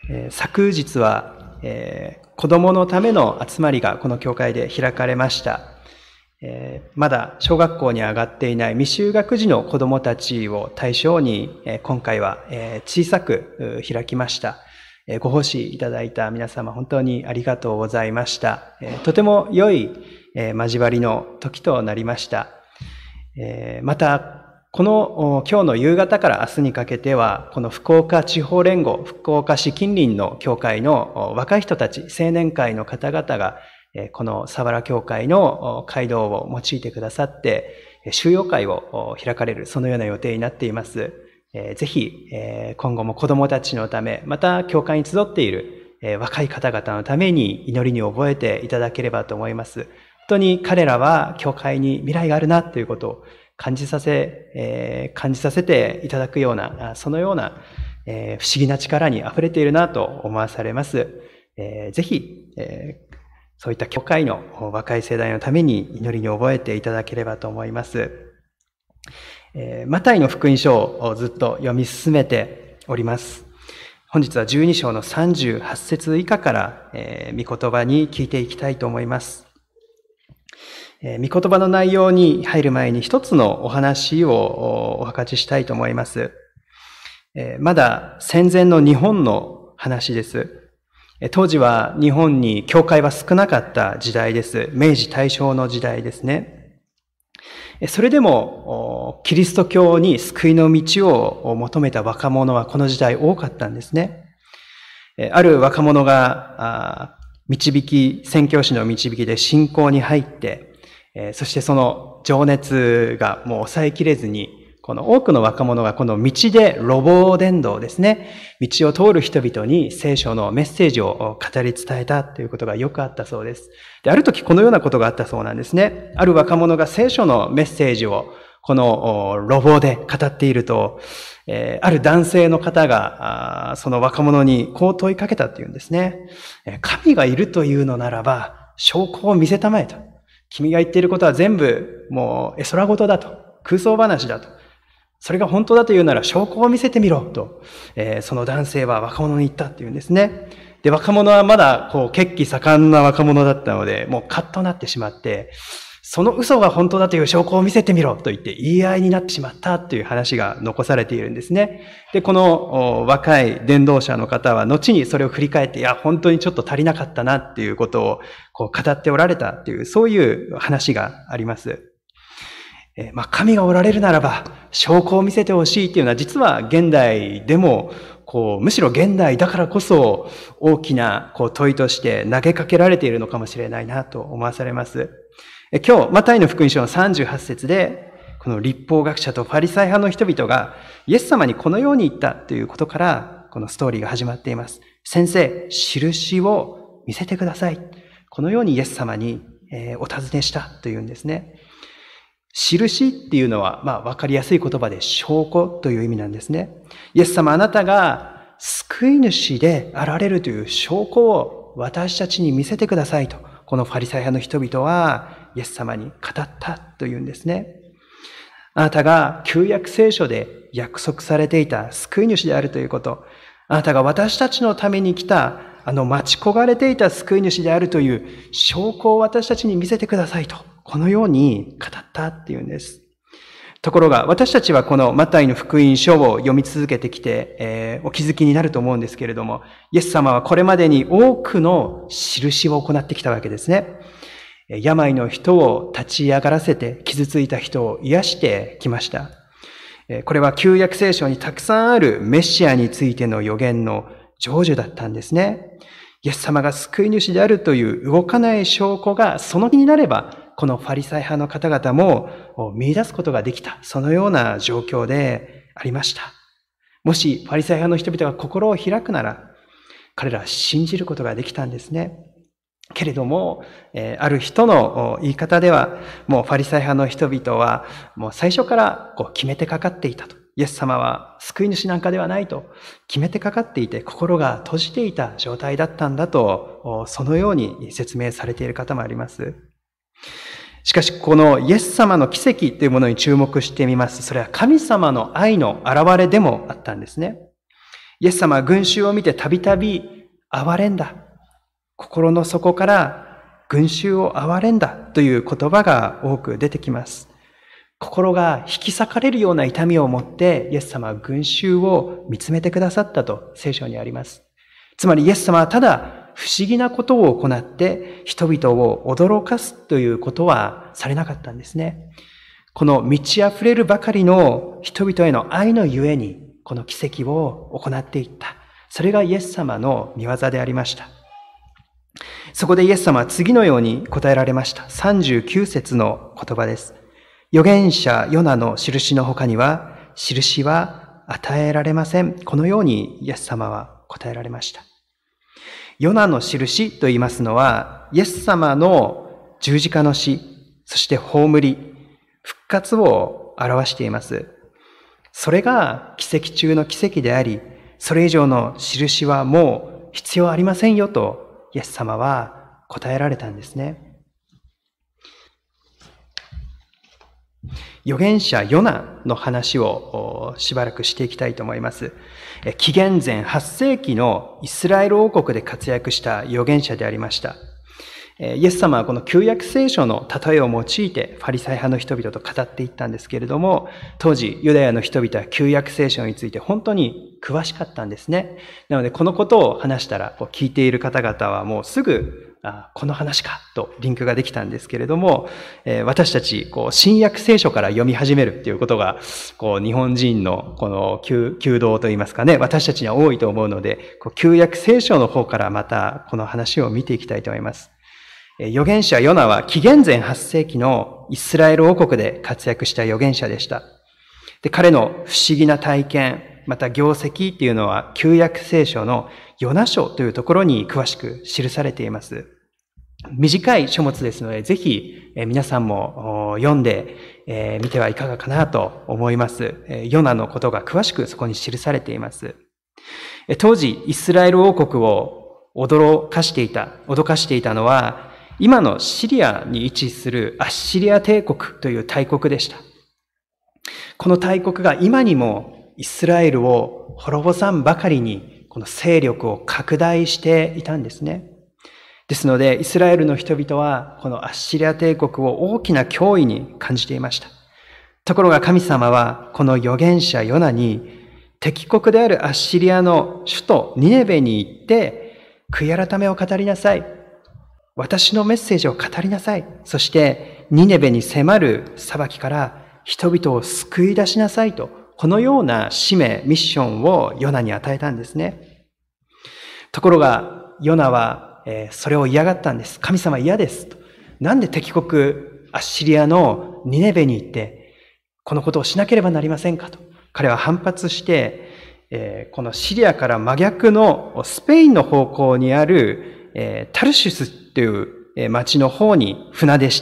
昨日は、子供のための集まりがこの教会で開かれました。まだ小学校に上がっていない未就学児の子供たちを対象に、今回は小さく開きました。ご奉仕いただいた皆様本当にありがとうございました。とても良い交わりの時となりました。また、この今日の夕方から明日にかけては、この福岡地方連合、福岡市近隣の教会の若い人たち、青年会の方々が、この佐原教会の街道を用いてくださって、収容会を開かれる、そのような予定になっています。ぜひ、今後も子供たちのため、また教会に集っている若い方々のために祈りに覚えていただければと思います。本当に彼らは教会に未来があるなということを感じさせていただくような、そのような、不思議な力に溢れているなと思わされます。ぜひ、そういった教会の若い世代のために祈りに覚えていただければと思います。マタイの福音書をずっと読み進めております。本日は12章の38節以下から、御言葉に聞いていきたいと思います。御言葉の内容に入る前に一つのお話をお話ししたいと思います。まだ戦前の日本の話です。当時は日本に教会は少なかった時代です。明治大正の時代ですね。それでもキリスト教に救いの道を求めた若者はこの時代多かったんですね。ある若者が宣教師の導きで信仰に入って、そしてその情熱がもう抑えきれずに、この多くの若者がこの道で路傍伝道ですね。道を通る人々に聖書のメッセージを語り伝えたということがよくあったそうです。で、ある時このようなことがあったそうなんですね。ある若者が聖書のメッセージをこの路傍で語っていると、ある男性の方がその若者にこう問いかけたっていうんですね。神がいるというのならば証拠を見せたまえと。君が言っていることは全部もう絵空事だと。空想話だと。それが本当だというなら証拠を見せてみろと、その男性は若者に言ったっていうんですね。で、若者はまだ血気盛んな若者だったので、もうカッとなってしまって、その嘘が本当だという証拠を見せてみろと言って言い合いになってしまったという話が残されているんですね。で、この若い伝道者の方は後にそれを振り返って、いや、本当にちょっと足りなかったなっていうことを語っておられたっていう、そういう話があります。神がおられるならば証拠を見せてほしいっていうのは実は現代でもむしろ現代だからこそ大きな問いとして投げかけられているのかもしれないなと思わされます。今日マタイの福音書の38節でこの律法学者とファリサイ派の人々がイエス様にこのように言ったということからこのストーリーが始まっています。先生、印を見せてください。このようにイエス様にお尋ねしたというんですね。印っていうのは、わかりやすい言葉で証拠という意味なんですね。イエス様、あなたが救い主であられるという証拠を私たちに見せてくださいと、このファリサイ派の人々はイエス様に語ったというんですね。あなたが旧約聖書で約束されていた救い主であるということ、あなたが私たちのために来た待ち焦がれていた救い主であるという証拠を私たちに見せてくださいと。このように語ったっていうんです。ところが私たちはこのマタイの福音書を読み続けてきて、お気づきになると思うんですけれども、イエス様はこれまでに多くの印を行ってきたわけですね。病の人を立ち上がらせて傷ついた人を癒してきました。これは旧約聖書にたくさんあるメシアについての予言の成就だったんですね。イエス様が救い主であるという動かない証拠がその気になれば、このファリサイ派の方々も見出すことができた。そのような状況でありました。もしファリサイ派の人々が心を開くなら、彼らは信じることができたんですね。けれども、ある人の言い方では、もうファリサイ派の人々は、もう最初から決めてかかっていたと。イエス様は救い主なんかではないと決めてかかっていて、心が閉じていた状態だったんだと、そのように説明されている方もあります。しかし、このイエス様の奇跡というものに注目してみます。それは神様の愛の現れでもあったんですね。 イエス様は群衆を見てたびたび憐れんだ。心の底から群衆を憐れんだという言葉が多く出てきます。心が引き裂かれるような痛みを持ってイエス様は群衆を見つめてくださったと聖書にあります。つまりイエス様はただ不思議なことを行って人々を驚かすということはされなかったんですね。この満ち溢れるばかりの人々への愛のゆえにこの奇跡を行っていった。それがイエス様の御業でありました。そこでイエス様は次のように答えられました。39節の言葉です。預言者ヨナの印の他には印は与えられません。このようにイエス様は答えられました。ヨナの印と言いますのはイエス様の十字架の死、そして葬り、復活を表しています。それが奇跡中の奇跡であり、それ以上の印はもう必要ありませんよとイエス様は答えられたんですね。預言者ヨナの話をしばらくしていきたいと思います。紀元前8世紀のイスラエル王国で活躍した預言者でありました。イエス様はこの旧約聖書の例えを用いてファリサイ派の人々と語っていったんですけれども、当時ユダヤの人々は旧約聖書について本当に詳しかったんですね。なのでこのことを話したら聞いている方々はもうすぐこの話かとリンクができたんですけれども、私たち新約聖書から読み始めるっていうことが日本人のこの弓道といいますかね、私たちには多いと思うので、旧約聖書の方からまたこの話を見ていきたいと思います。預言者ヨナは紀元前8世紀のイスラエル王国で活躍した預言者でした。で、彼の不思議な体験、また業績っていうのは旧約聖書のヨナ書というところに詳しく記されています。短い書物ですので、ぜひ皆さんも読んでみてはいかがかなと思います。ヨナのことが詳しくそこに記されています。当時、イスラエル王国を脅かしていたのは、今のシリアに位置するアッシリア帝国という大国でした。この大国が今にもイスラエルを滅ぼさんばかりにこの勢力を拡大していたんですね。ですのでイスラエルの人々はこのアッシリア帝国を大きな脅威に感じていました。ところが神様はこの預言者ヨナに敵国であるアッシリアの首都ニネベに行って悔い改めを語りなさい。私のメッセージを語りなさい。そしてニネベに迫る裁きから人々を救い出しなさいと、このような使命、ミッションをヨナに与えたんですね。ところがヨナはそれを嫌がったんです。神様嫌ですと。なんで敵国アッシリアのニネベに行ってこのことをしなければなりませんかと。彼は反発して、このシリアから真逆のスペインの方向にあるタルシュスという町の方に船出して、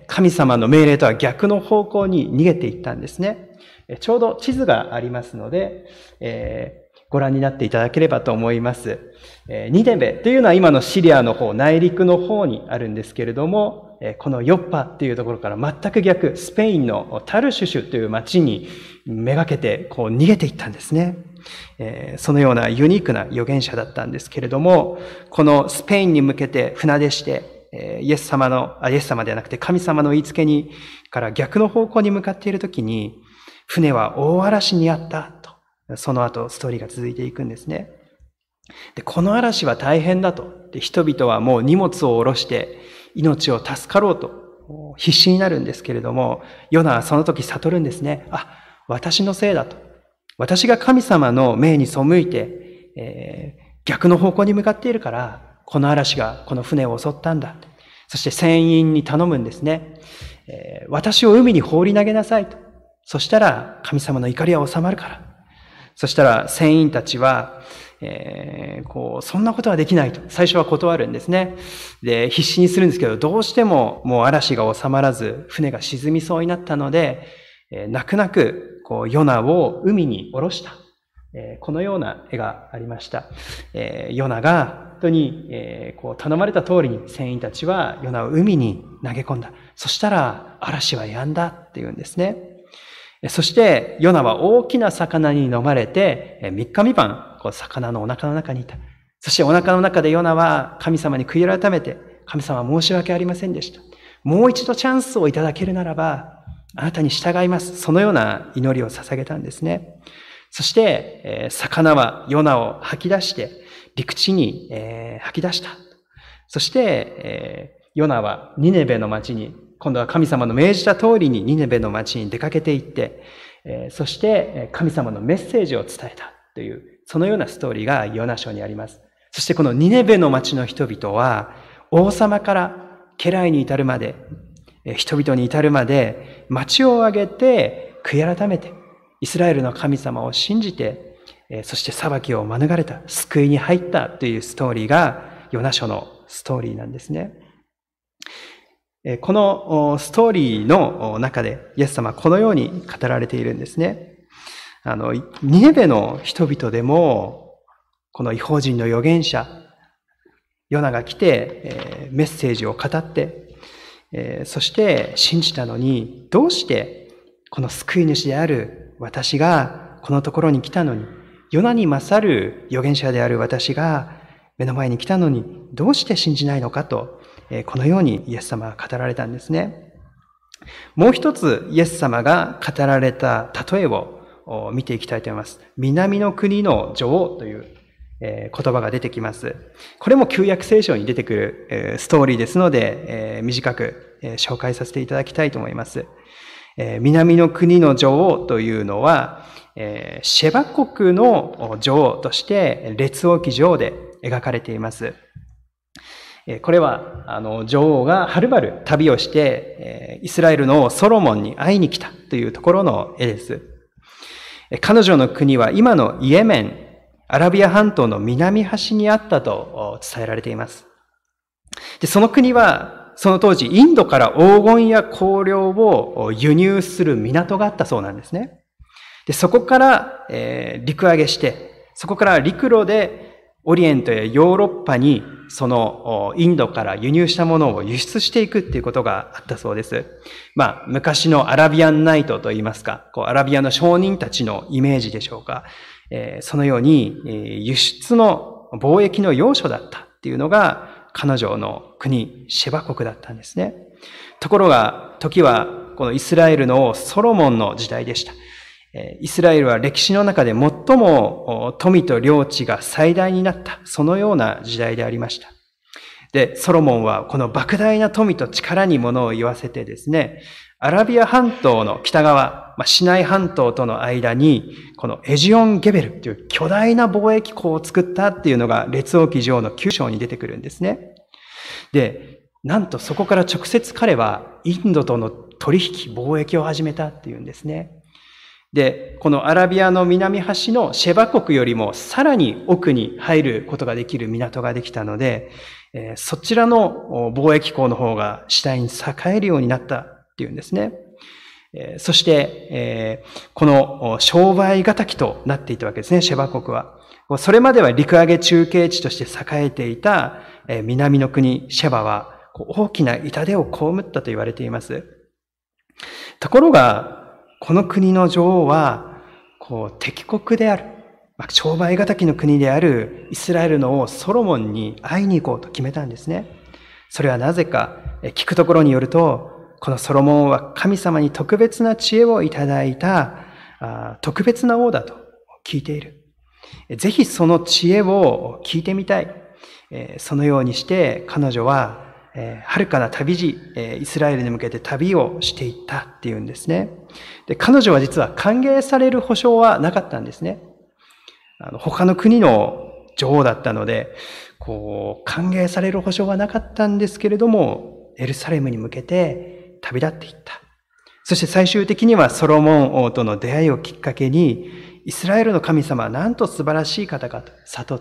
神様の命令とは逆の方向に逃げていったんですね。ちょうど地図がありますので、ご覧になっていただければと思います。ニネベというのは今のシリアの方、内陸の方にあるんですけれども、このヨッパっていうところから全く逆、スペインのタルシュシュという町にめがけて逃げていったんですね。そのようなユニークな預言者だったんですけれども、このスペインに向けて船出して、イエス様ではなくて神様の言いつけから逆の方向に向かっているときに、船は大嵐にあったと、その後ストーリーが続いていくんですね。で、この嵐は大変だと。で、人々はもう荷物を下ろして命を助かろうと必死になるんですけれども、ヨナはその時悟るんですね。私のせいだと。私が神様の命に背いて、逆の方向に向かっているから、この嵐がこの船を襲ったんだ。そして船員に頼むんですね。私を海に放り投げなさいと。そしたら神様の怒りは収まるから。そしたら船員たちは、そんなことはできないと最初は断るんですね。で、必死にするんですけど、どうしてももう嵐が収まらず船が沈みそうになったので、泣く泣くヨナを海に下ろした。このような絵がありました。ヨナが本当に頼まれた通りに船員たちはヨナを海に投げ込んだ。そしたら嵐は止んだっていうんですね。 そしてヨナは大きな魚に飲まれて3日3晩魚のお腹の中にいた。そしてお腹の中でヨナは神様に悔い改めて、神様申し訳ありませんでした。もう一度チャンスをいただけるならば、あなたに従います。そのような祈りを捧げたんですね。そして、魚はヨナを吐き出して、陸地に、吐き出した。そして、ヨナはニネベの町に、今度は神様の命じた通りにニネベの町に出かけていって、そして神様のメッセージを伝えたという、そのようなストーリーがヨナ書にあります。そしてこのニネベの町の人々は、王様から家来に至るまで、人々に至るまで、町を挙げて悔い改めて、イスラエルの神様を信じて、そして裁きを免れた、救いに入ったというストーリーがヨナ書のストーリーなんですね。このストーリーの中でイエス様はこのように語られているんですね。ニネベの人々でも、この異邦人の預言者、ヨナが来てメッセージを語って、そして信じたのに、どうしてこの救い主である私がこのところに来たのに、ヨナに勝る預言者である私が目の前に来たのに、どうして信じないのかと、このようにイエス様は語られたんですね。もう一つイエス様が語られた例えを見ていきたいと思います。南の国の女王という言葉が出てきます。これも旧約聖書に出てくるストーリーですので、短く紹介させていただきたいと思います。南の国の女王というのは、シェバ国の女王として列王記上で描かれています。これは女王がはるばる旅をしてイスラエルのソロモンに会いに来たというところの絵です。彼女の国は今のイエメン、アラビア半島の南端にあったと伝えられています。で、その国はその当時インドから黄金や香料を輸入する港があったそうなんですね。で、そこから陸揚げして、そこから陸路でオリエントやヨーロッパにそのインドから輸入したものを輸出していくっていうことがあったそうです。昔のアラビアンナイトといいますか、アラビアの商人たちのイメージでしょうか。そのように輸出の貿易の要所だったっていうのが彼女の国、シェバ国だったんですね。ところが、時はこのイスラエルのソロモンの時代でした。イスラエルは歴史の中で最も富と領地が最大になった、そのような時代でありました。で、ソロモンはこの莫大な富と力に物を言わせてですね、アラビア半島の北側、シナイ半島との間に、このエジオンゲベルという巨大な貿易港を作ったっていうのが列王記上の9章に出てくるんですね。で、なんとそこから直接彼はインドとの取引、貿易を始めたっていうんですね。で、このアラビアの南端のシェバ国よりもさらに奥に入ることができる港ができたので、そちらの貿易港の方が次第に栄えるようになったっていうんですね。そして、この商売敵となっていたわけですね、シェバ国は。それまでは陸揚げ中継地として栄えていた南の国シェバは大きな痛手を被ったと言われています。ところが、この国の女王は、敵国である、商売敵の国であるイスラエルの王ソロモンに会いに行こうと決めたんですね。それはなぜか、聞くところによると、このソロモンは神様に特別な知恵をいただいた特別な王だと聞いている。ぜひその知恵を聞いてみたい。そのようにして彼女は遥かな旅路、イスラエルに向けて旅をしていったっていうんですね。で、彼女は実は歓迎される保証はなかったんですね。他の国の女王だったので、歓迎される保証はなかったんですけれども、エルサレムに向けて旅立っていった。そして最終的にはソロモン王との出会いをきっかけに、イスラエルの神様はなんと素晴らしい方かと悟って、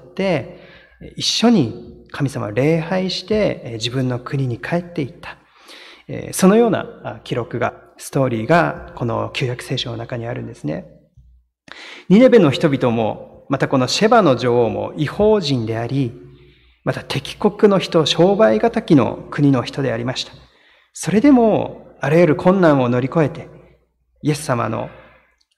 一緒に神様を礼拝して自分の国に帰っていった。そのような記録が、ストーリーがこの旧約聖書の中にあるんですね。ニネベの人々も、またこのシェバの女王も異邦人であり、また敵国の人、商売敵の国の人でありました。それでもあらゆる困難を乗り越えて、イエス様の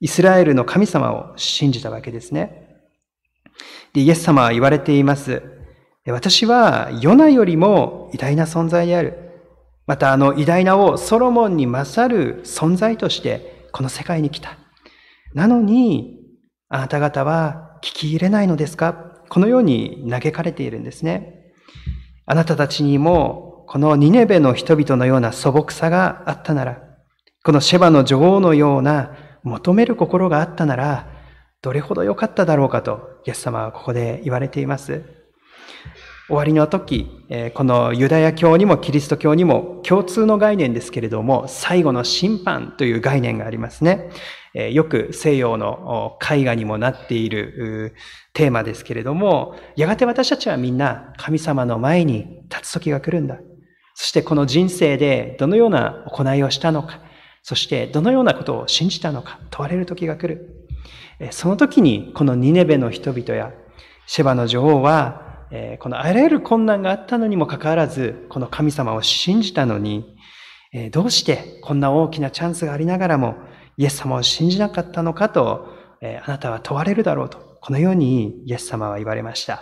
イスラエルの神様を信じたわけですね。で、イエス様は言われています。私はヨナよりも偉大な存在である。また偉大な王ソロモンに勝る存在としてこの世界に来た。なのに、あなた方は聞き入れないのですか？このように嘆かれているんですね。あなたたちにもこのニネベの人々のような素朴さがあったなら、このシェバの女王のような求める心があったなら、どれほど良かっただろうかと、イエス様はここで言われています。終わりの時、このユダヤ教にもキリスト教にも共通の概念ですけれども、最後の審判という概念がありますね。よく西洋の絵画にもなっているテーマですけれども、やがて私たちはみんな神様の前に立つ時が来るんだ。そしてこの人生でどのような行いをしたのか、そしてどのようなことを信じたのか問われる時が来る。その時にこのニネベの人々やシェバの女王は、このあらゆる困難があったのにもかかわらず、この神様を信じたのに、どうしてこんな大きなチャンスがありながらもイエス様を信じなかったのかと、あなたは問われるだろうと、このようにイエス様は言われました。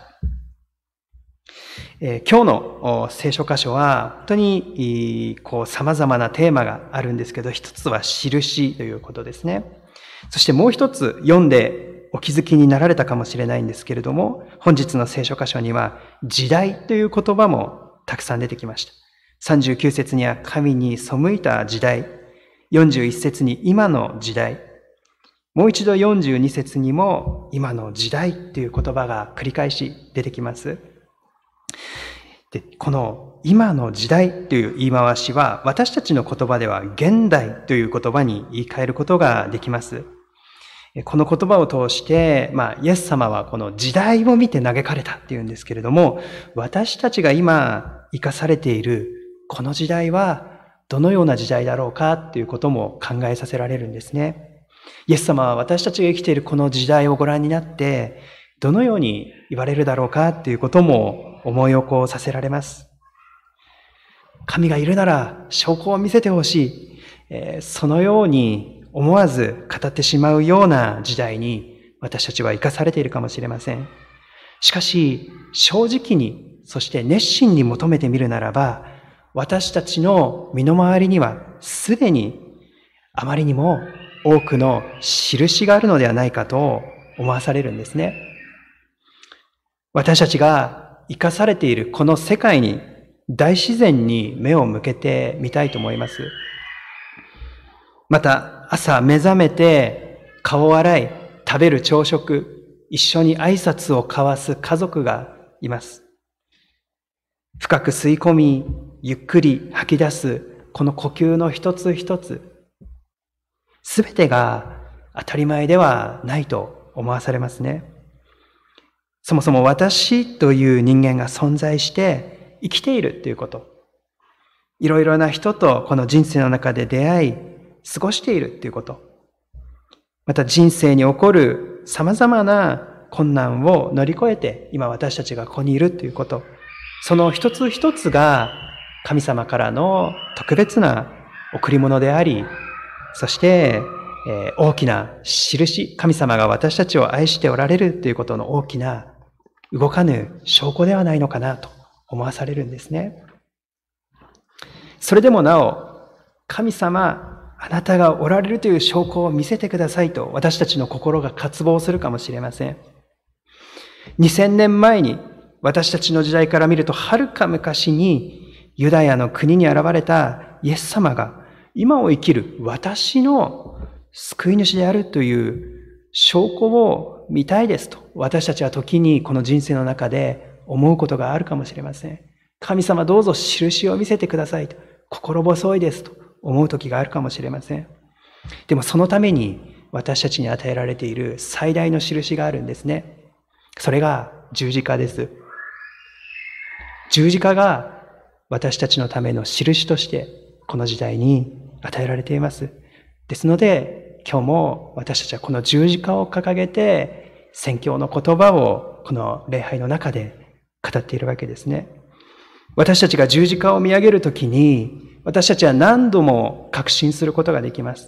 今日の聖書箇所は本当に様々なテーマがあるんですけど、一つは印ということですね。そしてもう一つ読んでお気づきになられたかもしれないんですけれども、本日の聖書箇所には時代という言葉もたくさん出てきました。39節には神に背いた時代、41節に今の時代、もう一度42節にも今の時代という言葉が繰り返し出てきます。で、この今の時代という言い回しは私たちの言葉では現代という言葉に言い換えることができます。この言葉を通して、イエス様はこの時代を見て嘆かれたっていうんですけれども、私たちが今生かされているこの時代はどのような時代だろうかっていうことも考えさせられるんですね。イエス様は私たちが生きているこの時代をご覧になって、どのように言われるだろうかっていうことも思い起こさせられます。神がいるなら証拠を見せてほしい。そのように思わず語ってしまうような時代に私たちは生かされているかもしれません。しかし、正直に、そして熱心に求めてみるならば、私たちの身の回りにはすでにあまりにも多くの印があるのではないかと思わされるんですね。私たちが生かされているこの世界に大自然に目を向けてみたいと思います。また朝目覚めて顔を洗い食べる朝食、一緒に挨拶を交わす家族がいます。深く吸い込みゆっくり吐き出すこの呼吸の一つ一つ、すべてが当たり前ではないと思わされますね。そもそも私という人間が存在して生きているということ。いろいろな人とこの人生の中で出会い、過ごしているということ。また人生に起こる様々な困難を乗り越えて今私たちがここにいるということ。その一つ一つが神様からの特別な贈り物であり、そして大きな印、神様が私たちを愛しておられるということの大きな動かぬ証拠ではないのかなと思わされるんですね。それでもなお、神様、あなたがおられるという証拠を見せてくださいと私たちの心が渇望するかもしれません。2000年前に私たちの時代から見るとはるか昔にユダヤの国に現れたイエス様が今を生きる私の救い主であるという証拠を見たいですと私たちは時にこの人生の中で思うことがあるかもしれません。神様どうぞ印を見せてくださいと心細いですと思う時があるかもしれません。でもそのために私たちに与えられている最大の印があるんですね。それが十字架です。十字架が私たちのための印としてこの時代に与えられています。ですので今日も私たちはこの十字架を掲げて宣教の言葉をこの礼拝の中で語っているわけですね。私たちが十字架を見上げるときに私たちは何度も確信することができます。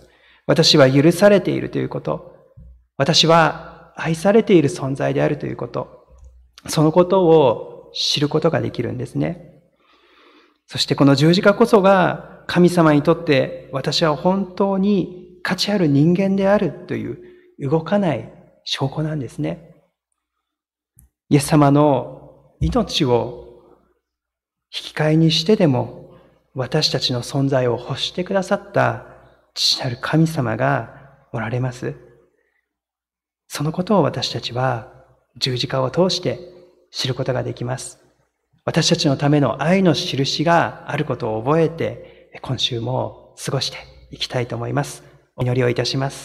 私は許されているということ、私は愛されている存在であるということ、そのことを知ることができるんですね。そしてこの十字架こそが神様にとって私は本当に価値ある人間であるという動かない証拠なんですね。イエス様の命を引き換えにしてでも私たちの存在を欲してくださった父なる神様がおられます。そのことを私たちは十字架を通して知ることができます。私たちのための愛の印があることを覚えて、今週も過ごしていきたいと思います。お祈りをいたします。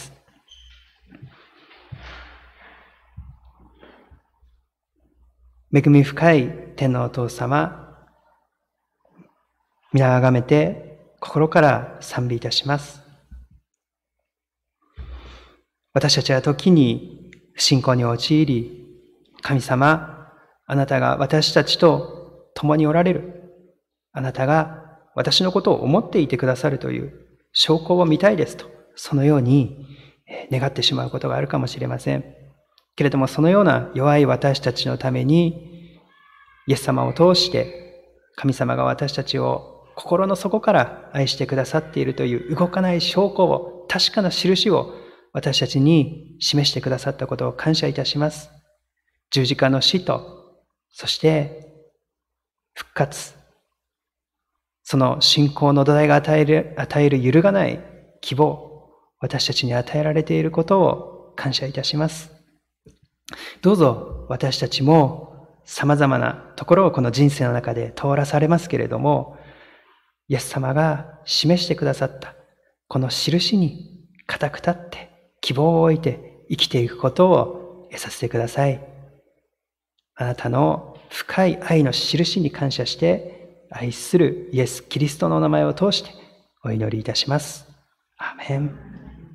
恵み深い天のお父様、皆をあがめて心から賛美いたします。私たちは時に不信仰に陥り、神様、あなたが私たちと共におられる。あなたが私のことを思っていてくださるという証拠を見たいですと、そのように願ってしまうことがあるかもしれません。けれどもそのような弱い私たちのために、イエス様を通して神様が私たちを心の底から愛してくださっているという動かない証拠を、確かな印を私たちに示してくださったことを感謝いたします。十字架の死と、そして復活、その信仰の土台が与える揺るがない希望、私たちに与えられていることを感謝いたします。どうぞ私たちも様々なところをこの人生の中で通らされますけれども、イエス様が示してくださったこの印に固く立って希望を置いて生きていくことを得させてください。あなたの深い愛の印に感謝して、愛するイエス・キリストのお名前を通してお祈りいたします。アーメン。